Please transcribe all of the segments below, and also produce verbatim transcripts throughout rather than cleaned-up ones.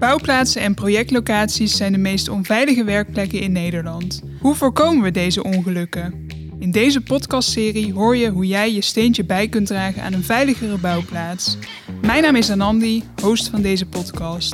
Bouwplaatsen en projectlocaties zijn de meest onveilige werkplekken in Nederland. Hoe voorkomen we deze ongelukken? In deze podcastserie hoor je hoe jij je steentje bij kunt dragen aan een veiligere bouwplaats. Mijn naam is Anandi, host van deze podcast.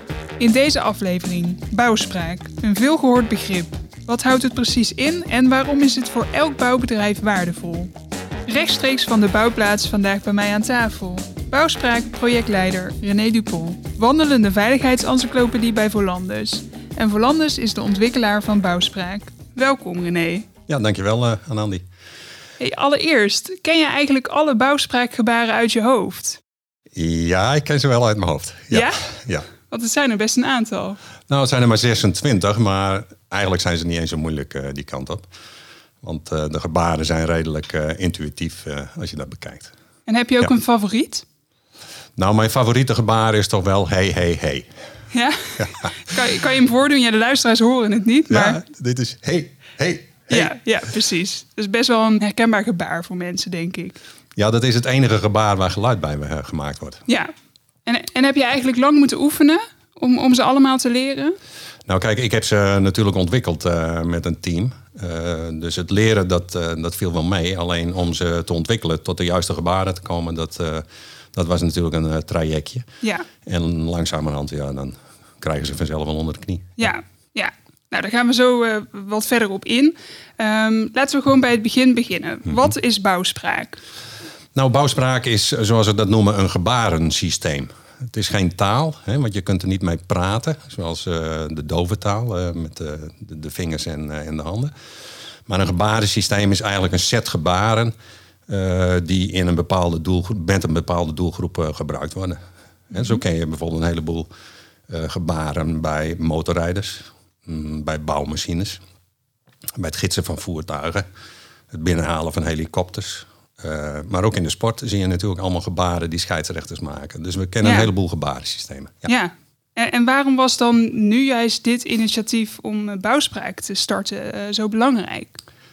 In deze aflevering bouwspraak, een veelgehoord begrip. Wat houdt het precies in en waarom is het voor elk bouwbedrijf waardevol? Rechtstreeks van de bouwplaats vandaag bij mij aan tafel. Bouwspraak projectleider René Dupont, wandelende veiligheidsencyclopedie bij Volandus. En Volandus is de ontwikkelaar van Bouwspraak. Welkom René. Ja, dankjewel uh, Anandi. Hey, allereerst, ken je eigenlijk alle bouwspraakgebaren uit je hoofd? Ja, ik ken ze wel uit mijn hoofd. Ja? Ja? Ja. Want het zijn er best een aantal. Nou, het zijn er maar zesentwintig, maar eigenlijk zijn ze niet eens zo moeilijk uh, die kant op. Want uh, de gebaren zijn redelijk uh, intuïtief uh, als je dat bekijkt. En heb je ook ja. een favoriet? Nou, mijn favoriete gebaar is toch wel hey, hey, hey. Ja? ja. Kan, je, kan je hem voordoen? Ja, de luisteraars horen het niet. Maar... Ja, dit is hey, hey, hey. Ja, ja, precies. Dat is best wel een herkenbaar gebaar voor mensen, denk ik. Ja, dat is het enige gebaar waar geluid bij gemaakt wordt. Ja. En, en heb je eigenlijk lang moeten oefenen om, om ze allemaal te leren? Nou kijk, ik heb ze natuurlijk ontwikkeld uh, met een team. Uh, dus het leren, dat, uh, dat viel wel mee. Alleen om ze te ontwikkelen tot de juiste gebaren te komen, dat, uh, dat was natuurlijk een uh, trajectje. Ja. En langzamerhand, ja, dan krijgen ze vanzelf wel onder de knie. Ja, ja. Nou, daar gaan we zo uh, wat verder op in. Um, laten we gewoon bij het begin beginnen. Mm-hmm. Wat is bouwspraak? Nou, bouwspraak is, zoals we dat noemen, een gebarensysteem. Het is geen taal, hè, want je kunt er niet mee praten. Zoals uh, de dove taal, uh, met uh, de, de vingers en, uh, en de handen. Maar een gebarensysteem is eigenlijk een set gebaren Uh, die in een bepaalde doelgroep, met een bepaalde doelgroep uh, gebruikt worden. Mm-hmm. En zo ken je bijvoorbeeld een heleboel uh, gebaren bij motorrijders, um, bij bouwmachines, bij het gidsen van voertuigen, het binnenhalen van helikopters. Uh, maar ook in de sport zie je natuurlijk allemaal gebaren die scheidsrechters maken. Dus we kennen ja. een heleboel gebarensystemen. Ja. ja. En, en waarom was dan nu juist dit initiatief om bouwspraak te starten uh, zo belangrijk?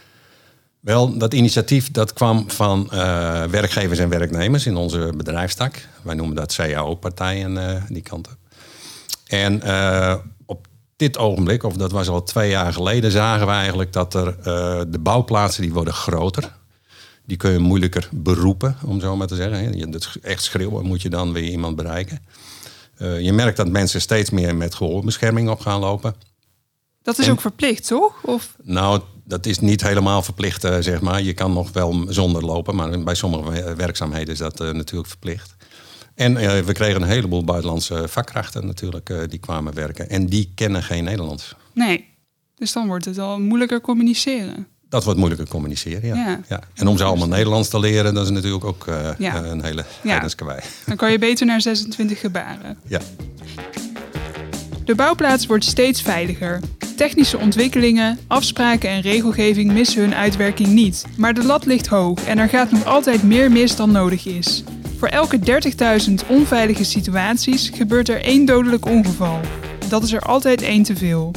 Wel, dat initiatief dat kwam van uh, werkgevers en werknemers in onze bedrijfstak. Wij noemen dat C A O-partijen, uh, die kant op. En uh, op dit ogenblik, of dat was al twee jaar geleden, zagen we eigenlijk dat er uh, de bouwplaatsen die worden groter. Die kun je moeilijker beroepen, om zo maar te zeggen. Je, dat echt schreeuwen moet je dan weer iemand bereiken. Uh, je merkt dat mensen steeds meer met gehoorbescherming op gaan lopen. Dat is en, ook verplicht, toch? Of? Nou, dat is niet helemaal verplicht, uh, zeg maar. Je kan nog wel zonder lopen, maar bij sommige werkzaamheden is dat uh, natuurlijk verplicht. En uh, we kregen een heleboel buitenlandse vakkrachten natuurlijk, uh, die kwamen werken. En die kennen geen Nederlands. Nee, dus dan wordt het al moeilijker communiceren. Dat wordt moeilijker communiceren, ja. ja. ja. En om ze allemaal Nederlands te leren, dat is natuurlijk ook uh, ja. een hele ja. heidenskawei. Dan kan je beter naar zesentwintig gebaren. Ja. De bouwplaats wordt steeds veiliger. Technische ontwikkelingen, afspraken en regelgeving missen hun uitwerking niet. Maar de lat ligt hoog en er gaat nog altijd meer mis dan nodig is. Voor elke dertigduizend onveilige situaties gebeurt er één dodelijk ongeval. Dat is er altijd één te veel.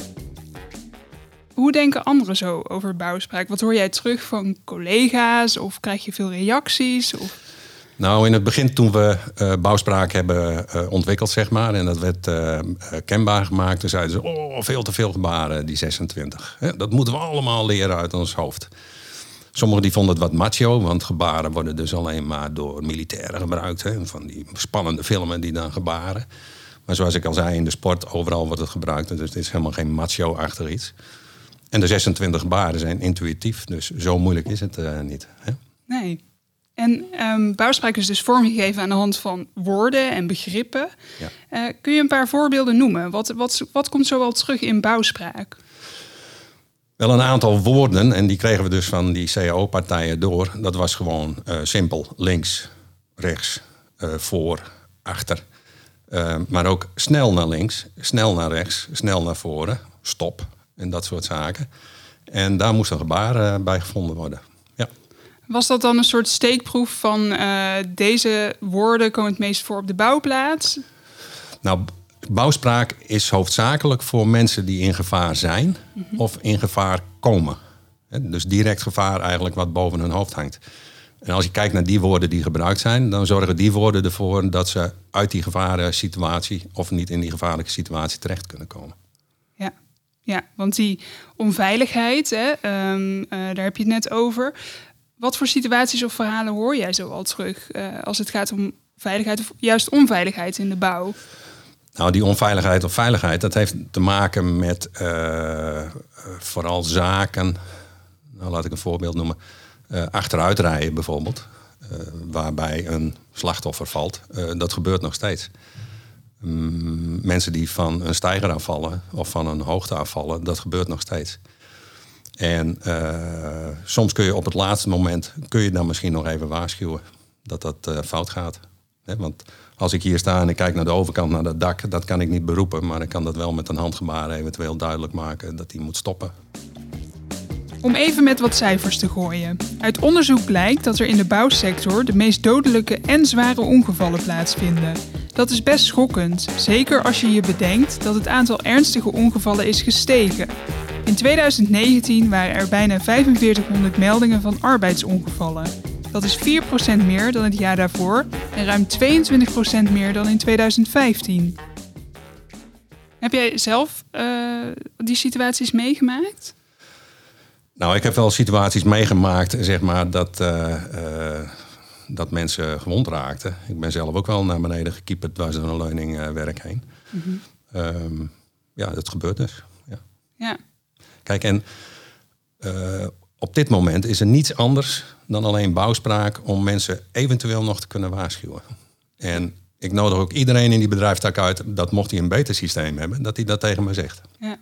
Hoe denken anderen zo over bouwspraak? Wat hoor jij terug van collega's of krijg je veel reacties? Of... Nou, in het begin toen we uh, bouwspraak hebben uh, ontwikkeld, zeg maar, en dat werd uh, uh, kenbaar gemaakt, toen zeiden ze, oh, veel te veel gebaren, die zesentwintig. Hè, dat moeten we allemaal leren uit ons hoofd. Sommigen die vonden het wat macho, want gebaren worden dus alleen maar door militairen gebruikt. Hè, van die spannende filmen die dan gebaren. Maar zoals ik al zei, in de sport, overal wordt het gebruikt. Dus het is helemaal geen macho-achtig iets. En de zesentwintig gebaren zijn intuïtief, dus zo moeilijk is het uh, niet. Hè? Nee. En um, bouwspraak is dus vormgegeven aan de hand van woorden en begrippen. Ja. Uh, kun je een paar voorbeelden noemen? Wat, wat, wat komt zoal terug in bouwspraak? Wel een aantal woorden, en die kregen we dus van die C A O-partijen door. Dat was gewoon uh, simpel, links, rechts, uh, voor, achter. Uh, maar ook snel naar links, snel naar rechts, snel naar voren, stop en dat soort zaken. En daar moest een gebaar uh, bij gevonden worden. Ja. Was dat dan een soort steekproef van uh, deze woorden komen het meest voor op de bouwplaats? Nou, bouwspraak is hoofdzakelijk voor mensen die in gevaar zijn mm-hmm. of in gevaar komen. Dus direct gevaar eigenlijk wat boven hun hoofd hangt. En als je kijkt naar die woorden die gebruikt zijn, dan zorgen die woorden ervoor dat ze uit die gevaarlijke situatie of niet in die gevaarlijke situatie terecht kunnen komen. Ja, ja, want die onveiligheid, hè, um, uh, daar heb je het net over. Wat voor situaties of verhalen hoor jij zo al terug uh, als het gaat om veiligheid of juist onveiligheid in de bouw? Nou, die onveiligheid of veiligheid, dat heeft te maken met uh, vooral zaken. Nou, laat ik een voorbeeld noemen. Uh, achteruitrijden bijvoorbeeld, uh, waarbij een slachtoffer valt. Uh, dat gebeurt nog steeds. Um, mensen die van een steiger afvallen of van een hoogte afvallen, dat gebeurt nog steeds. En uh, soms kun je op het laatste moment, kun je dan misschien nog even waarschuwen dat dat uh, fout gaat. He, want als ik hier sta en ik kijk naar de overkant, naar dat dak, dat kan ik niet beroepen. Maar ik kan dat wel met een handgebaar eventueel duidelijk maken dat die moet stoppen. Om even met wat cijfers te gooien. Uit onderzoek blijkt dat er in de bouwsector de meest dodelijke en zware ongevallen plaatsvinden. Dat is best schokkend, zeker als je je bedenkt dat het aantal ernstige ongevallen is gestegen. In tweeduizend negentien waren er bijna vijfenveertighonderd meldingen van arbeidsongevallen. Dat is vier procent meer dan het jaar daarvoor en ruim tweeëntwintig procent meer dan in tweeduizend vijftien. Heb jij zelf uh, die situaties meegemaakt? Nou, ik heb wel situaties meegemaakt, zeg maar, dat, uh, uh, dat mensen gewond raakten. Ik ben zelf ook wel naar beneden gekieperd dwars door een leuningwerk heen. Mm-hmm. Um, ja, dat gebeurt dus. Ja. Ja. Kijk, en uh, op dit moment is er niets anders dan alleen bouwspraak om mensen eventueel nog te kunnen waarschuwen. En ik nodig ook iedereen in die bedrijfstak uit dat mocht hij een beter systeem hebben, dat hij dat tegen me zegt. Ja.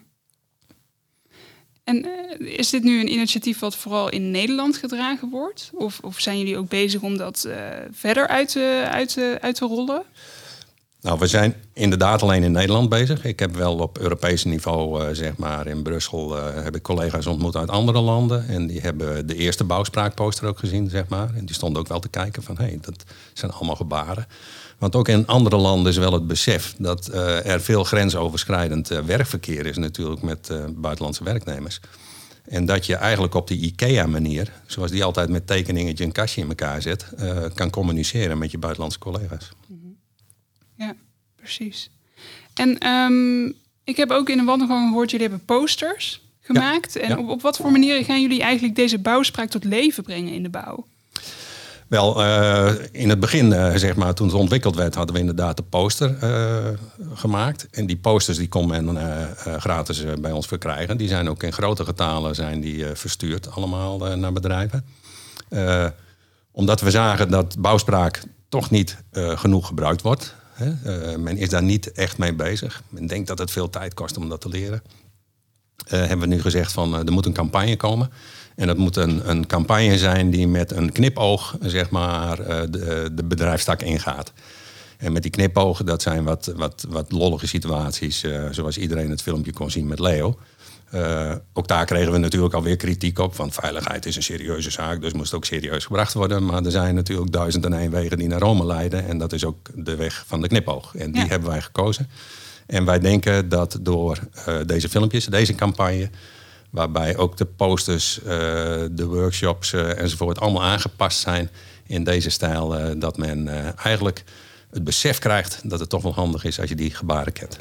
En uh, is dit nu een initiatief wat vooral in Nederland gedragen wordt? Of, of zijn jullie ook bezig om dat uh, verder uit, uh, uit, uh, uit te rollen? Nou, we zijn inderdaad alleen in Nederland bezig. Ik heb wel op Europees niveau, uh, zeg maar, in Brussel uh, heb ik collega's ontmoet uit andere landen. En die hebben de eerste bouwspraakposter ook gezien, zeg maar. En die stonden ook wel te kijken van, hé, hey, dat zijn allemaal gebaren. Want ook in andere landen is wel het besef dat uh, er veel grensoverschrijdend uh, werkverkeer is natuurlijk met uh, buitenlandse werknemers. En dat je eigenlijk op die IKEA-manier, zoals die altijd met tekeningetje een kastje in elkaar zet, uh, kan communiceren met je buitenlandse collega's. Ja, precies. En um, ik heb ook in een wandelgang gehoord, jullie hebben posters gemaakt. Ja, en ja. Op, op wat voor manier gaan jullie eigenlijk deze bouwspraak tot leven brengen in de bouw? Wel, uh, in het begin, uh, zeg maar, toen het ontwikkeld werd, hadden we inderdaad de poster uh, gemaakt. En die posters die kon men uh, uh, gratis uh, bij ons verkrijgen. Die zijn ook in grote getalen zijn die, uh, verstuurd allemaal uh, naar bedrijven. Uh, omdat we zagen dat bouwspraak toch niet uh, genoeg gebruikt wordt. Hè? Uh, men is daar niet echt mee bezig. Men denkt dat het veel tijd kost om dat te leren. Uh, hebben we nu gezegd van uh, er moet een campagne komen. En dat moet een, een campagne zijn die met een knipoog, zeg maar, uh, de, de bedrijfstak ingaat. En met die knipogen, dat zijn wat, wat, wat lollige situaties, uh, zoals iedereen het filmpje kon zien met Leo. Uh, ook daar kregen we natuurlijk alweer kritiek op, want veiligheid is een serieuze zaak, dus moest ook serieus gebracht worden. Maar er zijn natuurlijk duizend en één wegen die naar Rome leiden en dat is ook de weg van de knipoog. En die ja. hebben wij gekozen. En wij denken dat door uh, deze filmpjes, deze campagne, waarbij ook de posters, uh, de workshops uh, enzovoort allemaal aangepast zijn in deze stijl, uh, dat men uh, eigenlijk het besef krijgt dat het toch wel handig is als je die gebaren kent.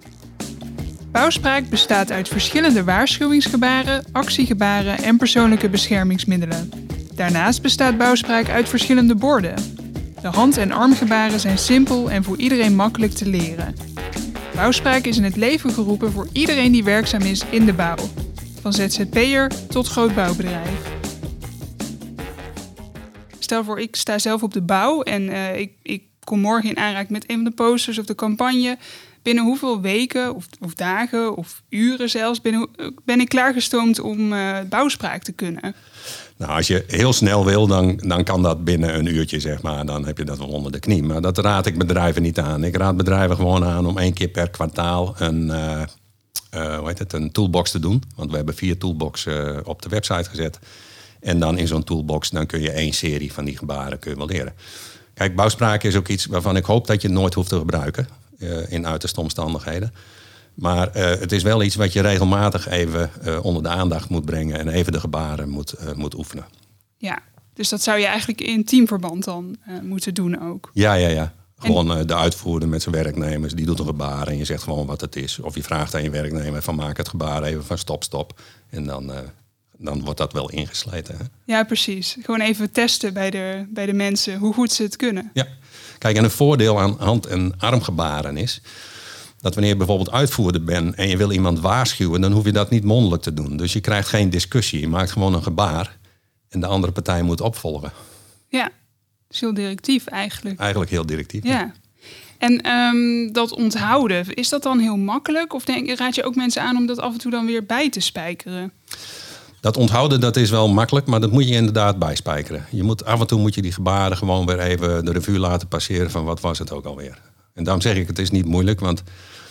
Bouwspraak bestaat uit verschillende waarschuwingsgebaren, actiegebaren en persoonlijke beschermingsmiddelen. Daarnaast bestaat bouwspraak uit verschillende borden. De hand- en armgebaren zijn simpel en voor iedereen makkelijk te leren. Bouwspraak is in het leven geroepen voor iedereen die werkzaam is in de bouw. Van Z Z P'er tot groot bouwbedrijf. Stel voor, ik sta zelf op de bouw en uh, ik, ik kom morgen in aanraking met een van de posters of de campagne. Binnen hoeveel weken of, of dagen of uren zelfs binnen, ben ik klaargestoomd om uh, bouwspraak te kunnen? Nou, als je heel snel wil, dan, dan kan dat binnen een uurtje, zeg maar. Dan heb je dat wel onder de knie. Maar dat raad ik bedrijven niet aan. Ik raad bedrijven gewoon aan om één keer per kwartaal een, uh, uh, hoe heet het, een toolbox te doen. Want we hebben vier toolboxen uh, op de website gezet. En dan in zo'n toolbox dan kun je één serie van die gebaren kun je wel leren. Kijk, bouwspraak is ook iets waarvan ik hoop dat je het nooit hoeft te gebruiken. Uh, in uiterste omstandigheden. Maar uh, het is wel iets wat je regelmatig even uh, onder de aandacht moet brengen en even de gebaren moet, uh, moet oefenen. Ja, Dus dat zou je eigenlijk in teamverband dan uh, moeten doen ook. Ja, ja, ja. Gewoon en... uh, de uitvoerder met zijn werknemers, die doet een gebaar en je zegt gewoon wat het is. Of je vraagt aan je werknemer van maak het gebaar even van stop, stop. En dan, uh, dan wordt dat wel ingesleten. Hè? Ja, precies. Gewoon even testen bij de, bij de mensen hoe goed ze het kunnen. Ja. Kijk, en een voordeel aan hand- en armgebaren is dat wanneer je bijvoorbeeld uitvoerder bent en je wil iemand waarschuwen, dan hoef je dat niet mondelijk te doen. Dus je krijgt geen discussie. Je maakt gewoon een gebaar en de andere partij moet opvolgen. Ja, dus heel directief eigenlijk. Eigenlijk heel directief. Ja. ja. En um, dat onthouden, is dat dan heel makkelijk? Of denk, raad je ook mensen aan om dat af en toe dan weer bij te spijkeren? Dat onthouden, dat is wel makkelijk, maar dat moet je inderdaad bijspijkeren. Je moet, af en toe moet je die gebaren gewoon weer even de revue laten passeren van wat was het ook alweer. En daarom zeg ik, het is niet moeilijk, want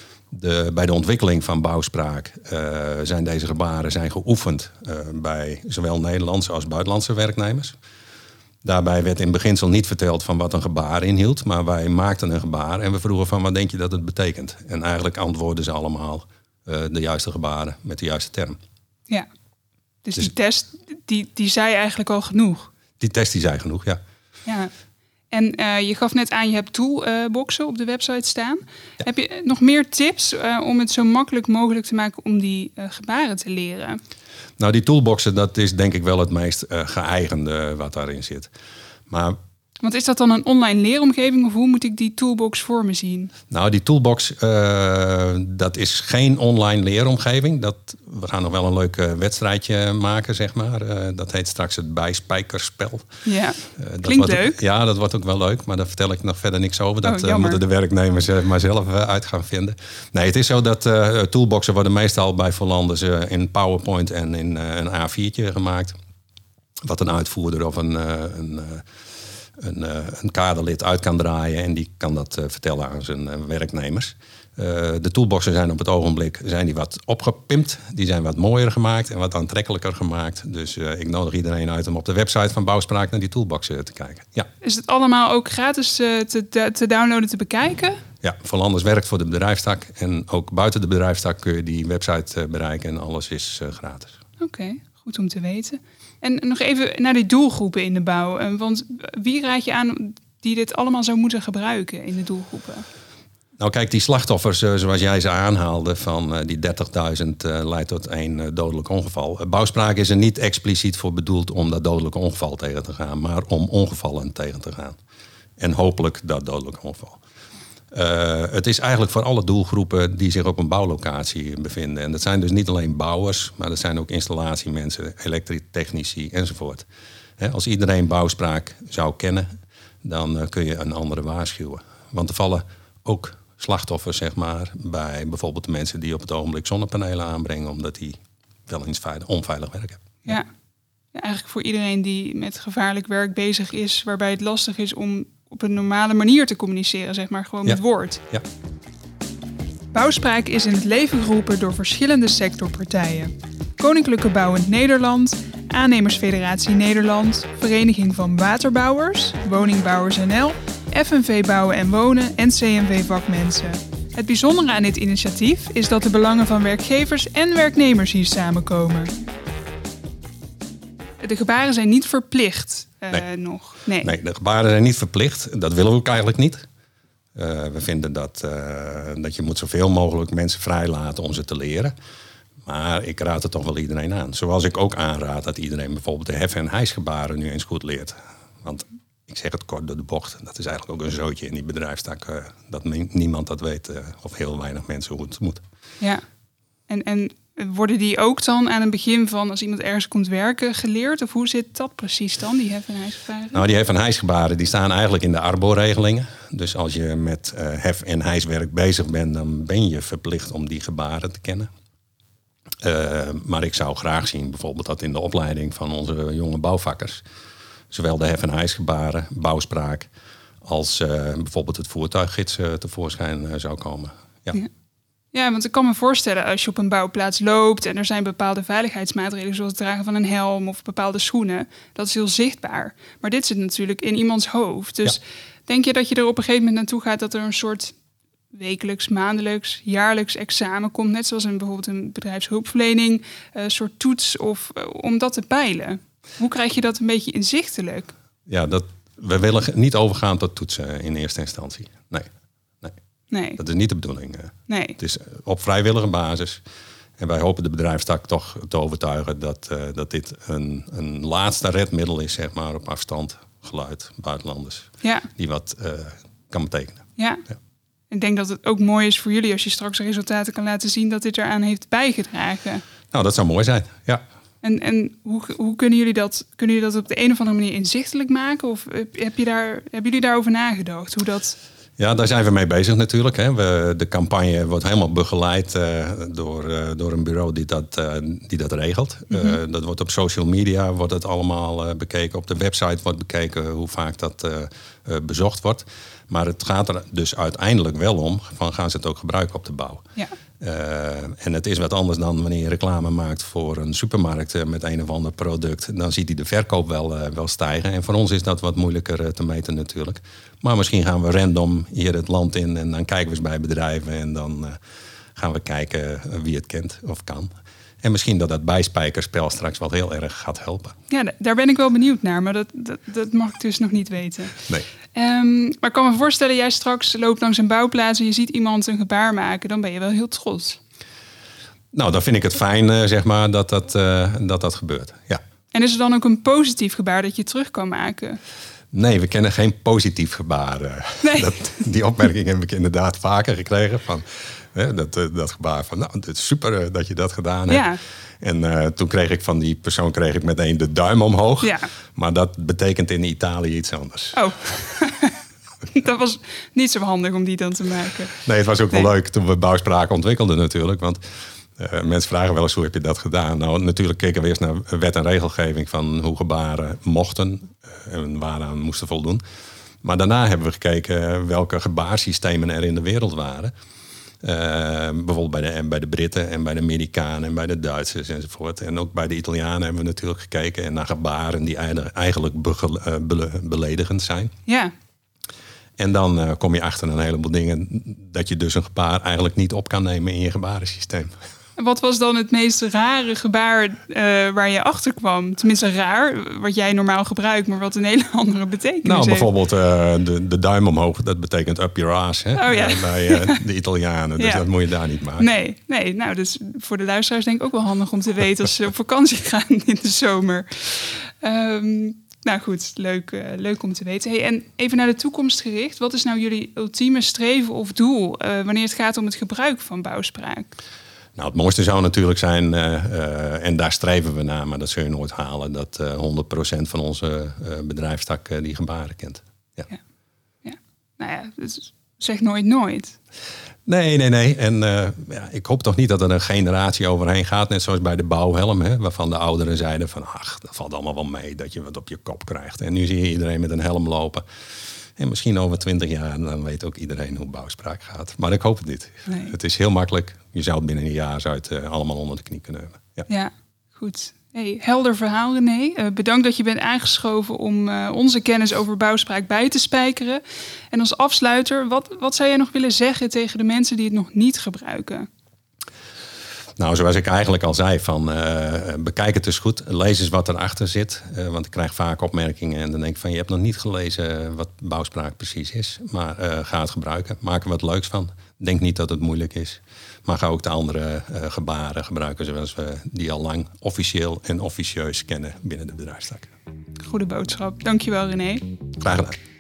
de, bij de ontwikkeling van bouwspraak uh, zijn deze gebaren zijn geoefend uh, bij zowel Nederlandse als buitenlandse werknemers. Daarbij werd in beginsel niet verteld van wat een gebaar inhield, maar wij maakten een gebaar en we vroegen van wat denk je dat het betekent? En eigenlijk antwoordden ze allemaal uh, de juiste gebaren met de juiste term. Ja. Dus, dus die test, die, die zei eigenlijk al genoeg? Die test die zei genoeg, ja. Ja. En uh, je gaf net aan, je hebt toolboxen op de website staan. Ja. Heb je nog meer tips uh, om het zo makkelijk mogelijk te maken om die uh, gebaren te leren? Nou, die toolboxen, dat is denk ik wel het meest uh, geëigende wat daarin zit. Maar... Want is dat dan een online leeromgeving of hoe moet ik die toolbox voor me zien? Nou, die toolbox, uh, dat is geen online leeromgeving. Dat, we gaan nog wel een leuk uh, wedstrijdje maken, zeg maar. Uh, dat heet straks het bijspijkerspel. Ja, uh, dat klinkt wordt leuk. Ook, ja, dat wordt ook wel leuk, maar daar vertel ik nog verder niks over. Dat oh, uh, moeten de werknemers uh, maar zelf uh, uit gaan vinden. Nee, het is zo dat uh, toolboxen worden meestal bij Volanders uh, in PowerPoint en in uh, een A viertje gemaakt. Wat een uitvoerder of een... Uh, een uh, Een, uh, een kaderlid uit kan draaien en die kan dat uh, vertellen aan zijn uh, werknemers. Uh, de toolboxen zijn op het ogenblik zijn die wat opgepimpt. Die zijn wat mooier gemaakt en wat aantrekkelijker gemaakt. Dus uh, ik nodig iedereen uit om op de website van Bouwspraak naar die toolboxen te kijken. Ja. Is het allemaal ook gratis uh, te, te downloaden, te bekijken? Ja, Volanders werkt voor de bedrijfstak. En ook buiten de bedrijfstak kun je die website uh, bereiken en alles is uh, gratis. Oké, okay, goed om te weten. En nog even naar die doelgroepen in de bouw. Want wie raad je aan die dit allemaal zou moeten gebruiken in de doelgroepen? Nou kijk, die slachtoffers zoals jij ze aanhaalde van die dertigduizend uh, leidt tot één uh, dodelijk ongeval. Bouwspraak is er niet expliciet voor bedoeld om dat dodelijke ongeval tegen te gaan, maar om ongevallen tegen te gaan. En hopelijk dat dodelijke ongeval. Uh, het is eigenlijk voor alle doelgroepen die zich op een bouwlocatie bevinden. En dat zijn dus niet alleen bouwers, maar dat zijn ook installatiemensen, elektrotechnici enzovoort. He, als iedereen bouwspraak zou kennen, dan uh, kun je een andere waarschuwen. Want er vallen ook slachtoffers, zeg maar, bij bijvoorbeeld de mensen die op het ogenblik zonnepanelen aanbrengen, omdat die wel eens onveilig werken. Ja. Ja. Ja, eigenlijk voor iedereen die met gevaarlijk werk bezig is, waarbij het lastig is om op een normale manier te communiceren, zeg maar, gewoon ja. met woord. Ja. Bouwspraak is in het leven geroepen door verschillende sectorpartijen. Koninklijke Bouwend Nederland, Aannemersfederatie Nederland, Vereniging van Waterbouwers, Woningbouwers N L, F N V Bouwen en Wonen en C N V Vakmensen. Het bijzondere aan dit initiatief is dat de belangen van werkgevers en werknemers hier samenkomen. De gebaren zijn niet verplicht uh, nee. nog. Nee. nee, de gebaren zijn niet verplicht. Dat willen we ook eigenlijk niet. Uh, we vinden dat, uh, dat je moet zoveel mogelijk mensen vrijlaten om ze te leren. Maar ik raad het toch wel iedereen aan. Zoals ik ook aanraad dat iedereen bijvoorbeeld de hef- en hijsgebaren nu eens goed leert. Want ik zeg het kort door de bocht. Dat is eigenlijk ook een zootje in die bedrijfstak. Uh, dat niemand dat weet uh, of heel weinig mensen hoe het moet. Ja, en... en... worden die ook dan aan het begin van als iemand ergens komt werken geleerd? Of hoe zit dat precies dan, die hef- en hijsgebaren? Nou, die hef- en hijsgebaren die staan eigenlijk in de Arbo-regelingen. Dus als je met uh, hef- en hijswerk bezig bent, dan ben je verplicht om die gebaren te kennen. Uh, maar ik zou graag zien bijvoorbeeld dat in de opleiding van onze jonge bouwvakkers zowel de hef- en hijsgebaren, bouwspraak, als uh, bijvoorbeeld het voertuiggids uh, tevoorschijn uh, zou komen. Ja. Ja. Ja, want ik kan me voorstellen als je op een bouwplaats loopt en er zijn bepaalde veiligheidsmaatregelen zoals het dragen van een helm of bepaalde schoenen, dat is heel zichtbaar. Maar dit zit natuurlijk in iemands hoofd. Dus ja. Denk je dat je er op een gegeven moment naartoe gaat dat er een soort wekelijks, maandelijks, jaarlijks examen komt, net zoals in bijvoorbeeld een bedrijfshulpverlening, een soort toets of uh, om dat te peilen? Hoe krijg je dat een beetje inzichtelijk? Ja, dat, we willen niet overgaan tot toetsen in eerste instantie. Nee, nee. nee. Dat is niet de bedoeling. Nee. Het is op vrijwillige basis. En wij hopen de bedrijfstak toch te overtuigen dat, uh, dat dit een, een laatste redmiddel is, zeg maar, op afstand, geluid, buitenlanders. Ja. Die wat uh, kan betekenen. Ja. ja. Ik denk dat het ook mooi is voor jullie als je straks resultaten kan laten zien dat dit eraan heeft bijgedragen. Nou, dat zou mooi zijn, ja. En, en hoe, hoe kunnen jullie dat, kunnen jullie dat op de een of andere manier inzichtelijk maken? Of heb je daar, hebben jullie daarover nagedacht? Hoe dat... Ja, daar zijn we mee bezig natuurlijk. Hè. We, de campagne wordt helemaal begeleid uh, door, uh, door een bureau die dat, uh, die dat regelt. Mm-hmm. Uh, dat wordt op social media wordt het allemaal uh, bekeken. Op de website wordt bekeken hoe vaak dat uh, uh, bezocht wordt. Maar het gaat er dus uiteindelijk wel om, van gaan ze het ook gebruiken op de bouw. Ja. Uh, en het is wat anders dan wanneer je reclame maakt voor een supermarkt uh, met een of ander product. Dan ziet hij de verkoop wel, uh, wel stijgen. En voor ons is dat wat moeilijker uh, te meten natuurlijk. Maar misschien gaan we random hier het land in en dan kijken we eens bij bedrijven. En dan uh, gaan we kijken wie het kent of kan. En misschien dat dat bijspijkerspel straks wel heel erg gaat helpen. Ja, daar ben ik wel benieuwd naar, maar dat, dat, dat mag ik dus nog niet weten. Nee. Um, maar ik kan me voorstellen, jij straks loopt langs een bouwplaats en je ziet iemand een gebaar maken, dan ben je wel heel trots. Nou, dan vind ik het fijn, uh, zeg maar, dat dat, uh, dat dat gebeurt. Ja. En is er dan ook een positief gebaar dat je terug kan maken? Nee, we kennen geen positief gebaar. Uh, nee. dat, die opmerking heb ik inderdaad vaker gekregen. Van, hè, dat, uh, dat gebaar van, nou, het is super uh, dat je dat gedaan hebt. Ja. En uh, toen kreeg ik van die persoon kreeg ik meteen de duim omhoog. Ja. Maar dat betekent in Italië iets anders. Oh, dat was niet zo handig om die dan te maken. Nee, het was ook nee. wel leuk toen we bouwspraak ontwikkelden natuurlijk. Want uh, mensen vragen wel eens, hoe heb je dat gedaan? Nou, natuurlijk keken we eerst naar wet en regelgeving van hoe gebaren mochten uh, en waaraan moesten voldoen. Maar daarna hebben we gekeken welke gebaarsystemen er in de wereld waren. Uh, bijvoorbeeld bij de, bij de Britten en bij de Amerikanen en bij de Duitsers enzovoort. En ook bij de Italianen hebben we natuurlijk gekeken en naar gebaren die eigenlijk be, uh, be, beledigend zijn. Ja. En dan uh, kom je achter een heleboel dingen dat je dus een gebaar eigenlijk niet op kan nemen in je gebarensysteem. En wat was dan het meest rare gebaar uh, waar je achter kwam? Tenminste raar, wat jij normaal gebruikt, maar wat een hele andere betekenis Nou, heeft. bijvoorbeeld uh, de, de duim omhoog, dat betekent up your ass, hè? Oh, ja. uh, bij uh, de Italianen. Dus ja. Dat moet je daar niet maken. Nee, nee, nou, dus voor de luisteraars denk ik ook wel handig om te weten als ze op vakantie gaan in de zomer. Um, Nou goed, leuk, uh, leuk om te weten. Hey, en even naar de toekomst gericht. Wat is nou jullie ultieme streven of doel uh, wanneer het gaat om het gebruik van bouwspraak? Nou, het mooiste zou natuurlijk zijn, uh, uh, en daar streven we naar, maar dat zul je nooit halen, dat uh, honderd procent van onze uh, bedrijfstak uh, die gebaren kent. Ja. Ja. Ja. Nou ja, dus zeg nooit nooit. Nee, nee, nee. En uh, ja, ik hoop toch niet dat er een generatie overheen gaat. Net zoals bij de bouwhelm, hè, waarvan de ouderen zeiden van, ach, dat valt allemaal wel mee dat je wat op je kop krijgt. En nu zie je iedereen met een helm lopen. En misschien over twintig jaar, dan weet ook iedereen hoe bouwspraak gaat. Maar ik hoop het niet. Nee. Het is heel makkelijk. Je zou het binnen een jaar zou het, uh, allemaal onder de knie kunnen hebben. Ja, ja goed. Hey, helder verhaal, René. Uh, bedankt dat je bent aangeschoven om uh, onze kennis over bouwspraak bij te spijkeren. En als afsluiter, wat, wat zou jij nog willen zeggen tegen de mensen die het nog niet gebruiken? Nou, zoals ik eigenlijk al zei, van, uh, bekijk het dus goed. Lees eens wat erachter zit. Uh, want ik krijg vaak opmerkingen en dan denk ik van, je hebt nog niet gelezen wat bouwspraak precies is. Maar uh, ga het gebruiken. Maak er wat leuks van. Denk niet dat het moeilijk is. Maar ga ook de andere uh, gebaren gebruiken zoals we die al lang officieel en officieus kennen binnen de bedrijfstak. Goede boodschap. Dankjewel, René. Graag gedaan.